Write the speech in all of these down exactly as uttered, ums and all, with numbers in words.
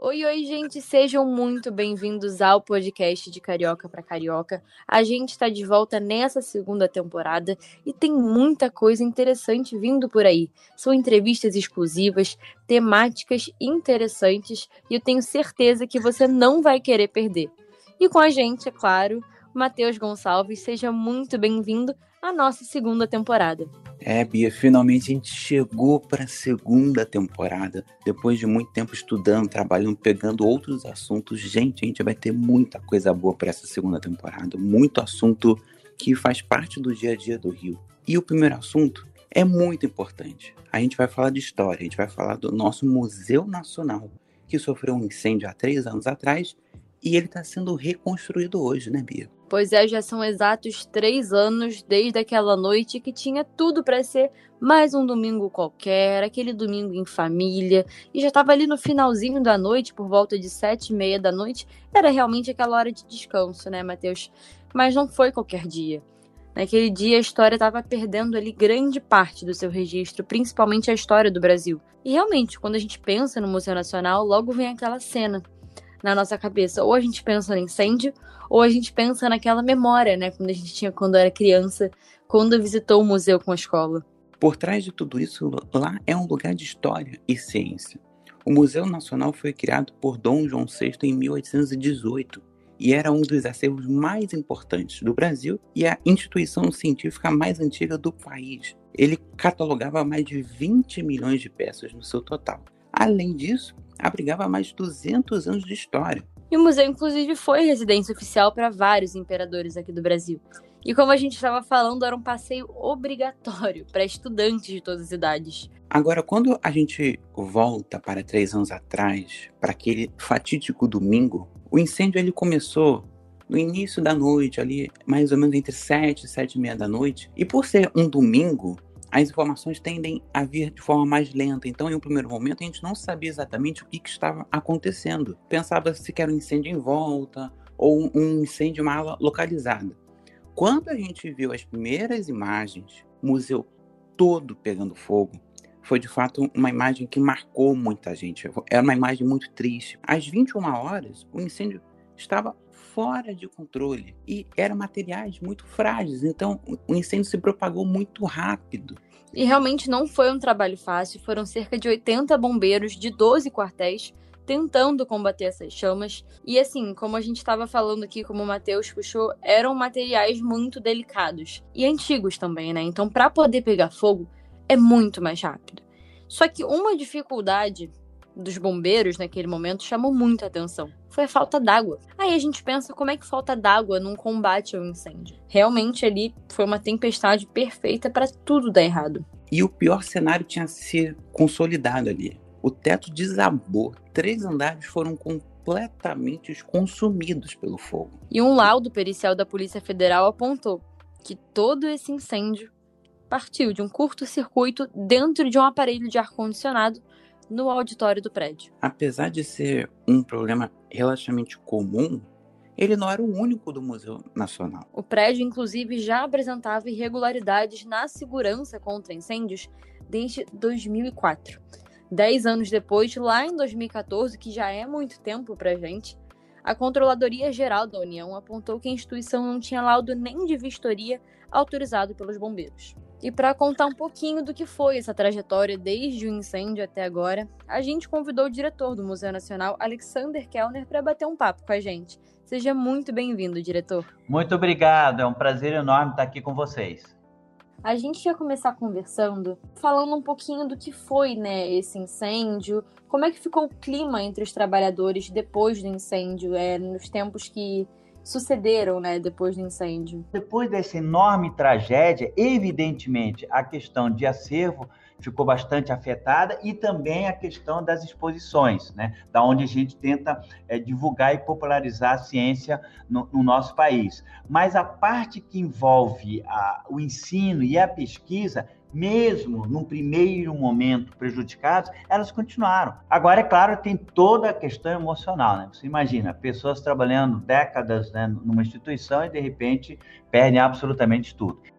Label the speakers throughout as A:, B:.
A: Oi, oi, gente, sejam muito bem-vindos ao podcast de Carioca para Carioca. A gente está de volta nessa segunda temporada e tem muita coisa interessante vindo por aí. São entrevistas exclusivas, temáticas interessantes e eu tenho certeza que você não vai querer perder. E com a gente, é claro, Matheus Gonçalves, seja muito bem-vindo à nossa segunda temporada.
B: É, Bia, finalmente a gente chegou para a segunda temporada. Depois de muito tempo estudando, trabalhando, pegando outros assuntos. Gente, a gente vai ter muita coisa boa para essa segunda temporada. Muito assunto que faz parte do dia a dia do Rio. E o primeiro assunto é muito importante. A gente vai falar de história, a gente vai falar do nosso Museu Nacional, que sofreu um incêndio há três anos atrás e ele está sendo reconstruído hoje, né, Bia?
A: Pois é, já são exatos três anos desde aquela noite que tinha tudo para ser mais um domingo qualquer, aquele domingo em família, e já estava ali no finalzinho da noite, por volta de sete e meia da noite, era realmente aquela hora de descanso, né, Matheus? Mas não foi qualquer dia. Naquele dia a história estava perdendo ali grande parte do seu registro, principalmente a história do Brasil. E realmente, quando a gente pensa no Museu Nacional, logo vem aquela cena na nossa cabeça. Ou a gente pensa no incêndio, ou a gente pensa naquela memória, né? Quando a gente tinha quando era criança, quando visitou o museu com a escola.
B: Por trás de tudo isso, lá é um lugar de história e ciência. O Museu Nacional foi criado por Dom João sexto em mil oitocentos e dezoito e era um dos acervos mais importantes do Brasil e a instituição científica mais antiga do país. Ele catalogava mais de vinte milhões de peças no seu total. Além disso, abrigava mais de duzentos anos de história.
A: E o museu, inclusive, foi residência oficial para vários imperadores aqui do Brasil. E como a gente estava falando, era um passeio obrigatório para estudantes de todas as idades.
B: Agora, quando a gente volta para três anos atrás, para aquele fatídico domingo, o incêndio ele começou no início da noite, ali mais ou menos entre sete e sete e meia da noite. E por ser um domingo, as informações tendem a vir de forma mais lenta. Então, em um primeiro momento, a gente não sabia exatamente o que, que estava acontecendo. Pensava-se que era um incêndio em volta ou um incêndio em uma ala localizada. Quando a gente viu as primeiras imagens, o museu todo pegando fogo, foi de fato uma imagem que marcou muita gente. Era uma imagem muito triste. Às vinte e uma horas, o incêndio estava fora de controle e eram materiais muito frágeis, então o incêndio se propagou muito rápido.
A: E realmente não foi um trabalho fácil, foram cerca de oitenta bombeiros de doze quartéis tentando combater essas chamas. E assim, como a gente estava falando aqui, como o Matheus puxou, eram materiais muito delicados e antigos também, né? Então, para poder pegar fogo, é muito mais rápido. Só que uma dificuldade dos bombeiros naquele momento chamou muita atenção. Foi a falta d'água. Aí a gente pensa como é que falta d'água num combate ao incêndio. Realmente ali foi uma tempestade perfeita para tudo dar errado.
B: E o pior cenário tinha se consolidado ali. O teto desabou. Três andares foram completamente consumidos pelo fogo.
A: E um laudo pericial da Polícia Federal apontou que todo esse incêndio partiu de um curto-circuito dentro de um aparelho de ar-condicionado no auditório do prédio.
B: Apesar de ser um problema relativamente comum, ele não era o único do Museu Nacional.
A: O prédio, inclusive, já apresentava irregularidades na segurança contra incêndios desde dois mil e quatro. Dez anos depois, lá em dois mil e catorze, que já é muito tempo pra gente, a Controladoria Geral da União apontou que a instituição não tinha laudo nem de vistoria autorizado pelos bombeiros. E para contar um pouquinho do que foi essa trajetória desde o incêndio até agora, a gente convidou o diretor do Museu Nacional, Alexander Kellner, para bater um papo com a gente. Seja muito bem-vindo, diretor.
C: Muito obrigado, é um prazer enorme estar aqui com vocês.
A: A gente ia começar conversando, falando um pouquinho do que foi, né, esse incêndio, como é que ficou o clima entre os trabalhadores depois do incêndio, é, nos tempos que sucederam, né, depois do incêndio.
C: Depois dessa enorme tragédia, evidentemente, a questão de acervo ficou bastante afetada e também a questão das exposições, né, da onde a gente tenta é, divulgar e popularizar a ciência no, no nosso país. Mas a parte que envolve a, o ensino e a pesquisa, mesmo num primeiro momento prejudicados, elas continuaram. Agora, é claro, tem toda a questão emocional, né? Você imagina, pessoas trabalhando décadas, né, numa instituição e, de repente, perdem absolutamente tudo.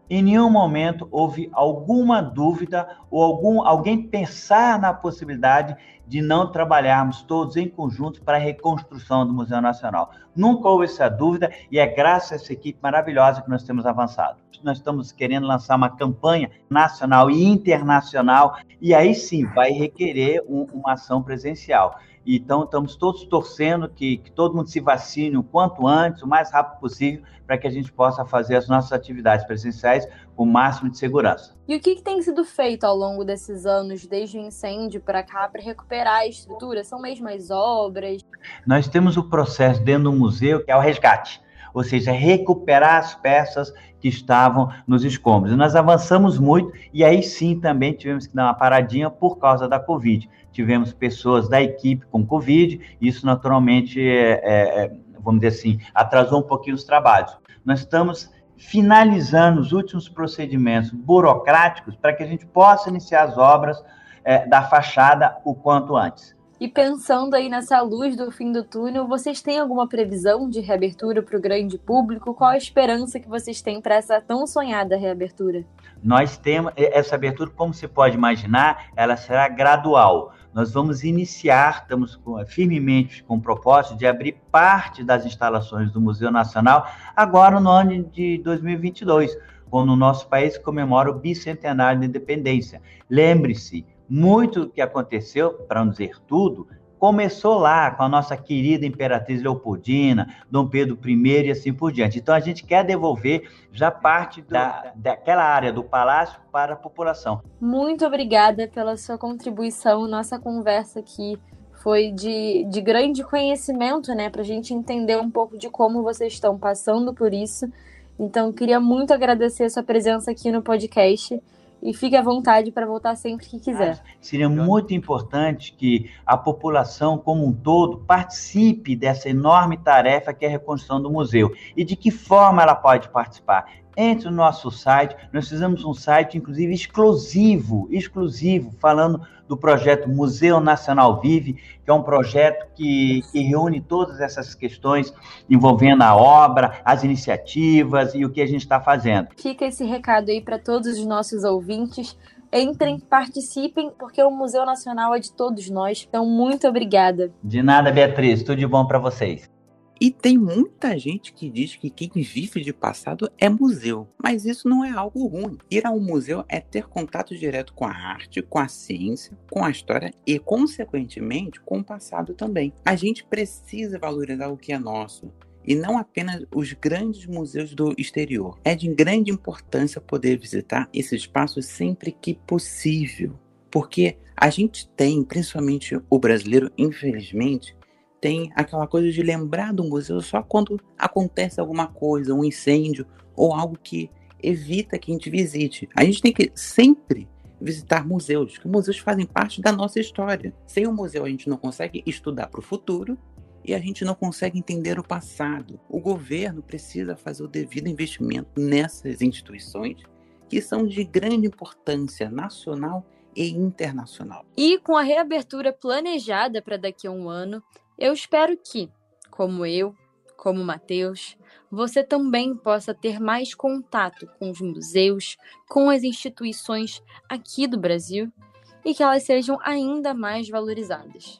C: Em nenhum momento houve alguma dúvida ou algum, alguém pensar na possibilidade de não trabalharmos todos em conjunto para a reconstrução do Museu Nacional. Nunca houve essa dúvida e é graças a essa equipe maravilhosa que nós temos avançado. Nós estamos querendo lançar uma campanha nacional e internacional e aí sim vai requerer um, uma ação presencial. Então, estamos todos torcendo que, que todo mundo se vacine o quanto antes, o mais rápido possível, para que a gente possa fazer as nossas atividades presenciais com o máximo de segurança.
A: E o que, que tem sido feito ao longo desses anos, desde o incêndio para cá, para recuperar a estrutura? São mesmo as obras?
C: Nós temos o processo dentro do museu, que é o resgate, ou seja, recuperar as peças que estavam nos escombros. E nós avançamos muito e aí sim também tivemos que dar uma paradinha por causa da Covid. Tivemos pessoas da equipe com Covid, isso naturalmente, é, é, vamos dizer assim, atrasou um pouquinho os trabalhos. Nós estamos finalizando os últimos procedimentos burocráticos para que a gente possa iniciar as obras é, da fachada o quanto antes.
A: E pensando aí nessa luz do fim do túnel, vocês têm alguma previsão de reabertura para o grande público? Qual a esperança que vocês têm para essa tão sonhada reabertura?
C: Nós temos essa abertura, como você pode imaginar, ela será gradual. Nós vamos iniciar, estamos firmemente com o propósito de abrir parte das instalações do Museu Nacional agora no ano de dois mil e vinte e dois, quando o nosso país comemora o bicentenário da independência. Lembre-se, muito do que aconteceu, para não dizer tudo, começou lá com a nossa querida Imperatriz Leopoldina, Dom Pedro I e assim por diante. Então, a gente quer devolver já parte da, daquela área do palácio para a população.
A: Muito obrigada pela sua contribuição. Nossa conversa aqui foi de, de grande conhecimento, né, para a gente entender um pouco de como vocês estão passando por isso. Então, queria muito agradecer a sua presença aqui no podcast. E fique à vontade para voltar sempre que quiser.
C: Seria muito importante que a população como um todo participe dessa enorme tarefa que é a reconstrução do museu. E de que forma ela pode participar? Entre no nosso site, nós fizemos um site, inclusive, exclusivo, exclusivo, falando do projeto Museu Nacional Vive, que é um projeto que, que reúne todas essas questões envolvendo a obra, as iniciativas e o que a gente está fazendo.
A: Fica esse recado aí para todos os nossos ouvintes. Entrem, participem, porque o Museu Nacional é de todos nós. Então, muito obrigada.
C: De nada, Beatriz. Tudo de bom para vocês.
B: E tem muita gente que diz que quem vive de passado é museu, mas isso não é algo ruim. Ir a um museu é ter contato direto com a arte, com a ciência, com a história e, consequentemente, com o passado também. A gente precisa valorizar o que é nosso, e não apenas os grandes museus do exterior. É de grande importância poder visitar esse espaço sempre que possível, porque a gente tem, principalmente o brasileiro, infelizmente, tem aquela coisa de lembrar do museu só quando acontece alguma coisa, um incêndio ou algo que evita que a gente visite. A gente tem que sempre visitar museus, porque museus fazem parte da nossa história. Sem o museu a gente não consegue estudar para o futuro e a gente não consegue entender o passado. O governo precisa fazer o devido investimento nessas instituições que são de grande importância nacional e internacional.
A: E com a reabertura planejada para daqui a um ano, eu espero que, como eu, como o Matheus, você também possa ter mais contato com os museus, com as instituições aqui do Brasil e que elas sejam ainda mais valorizadas.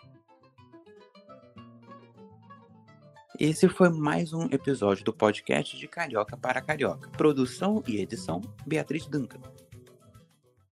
B: Esse foi mais um episódio do podcast de Carioca para Carioca. Produção e edição, Beatriz Duncan.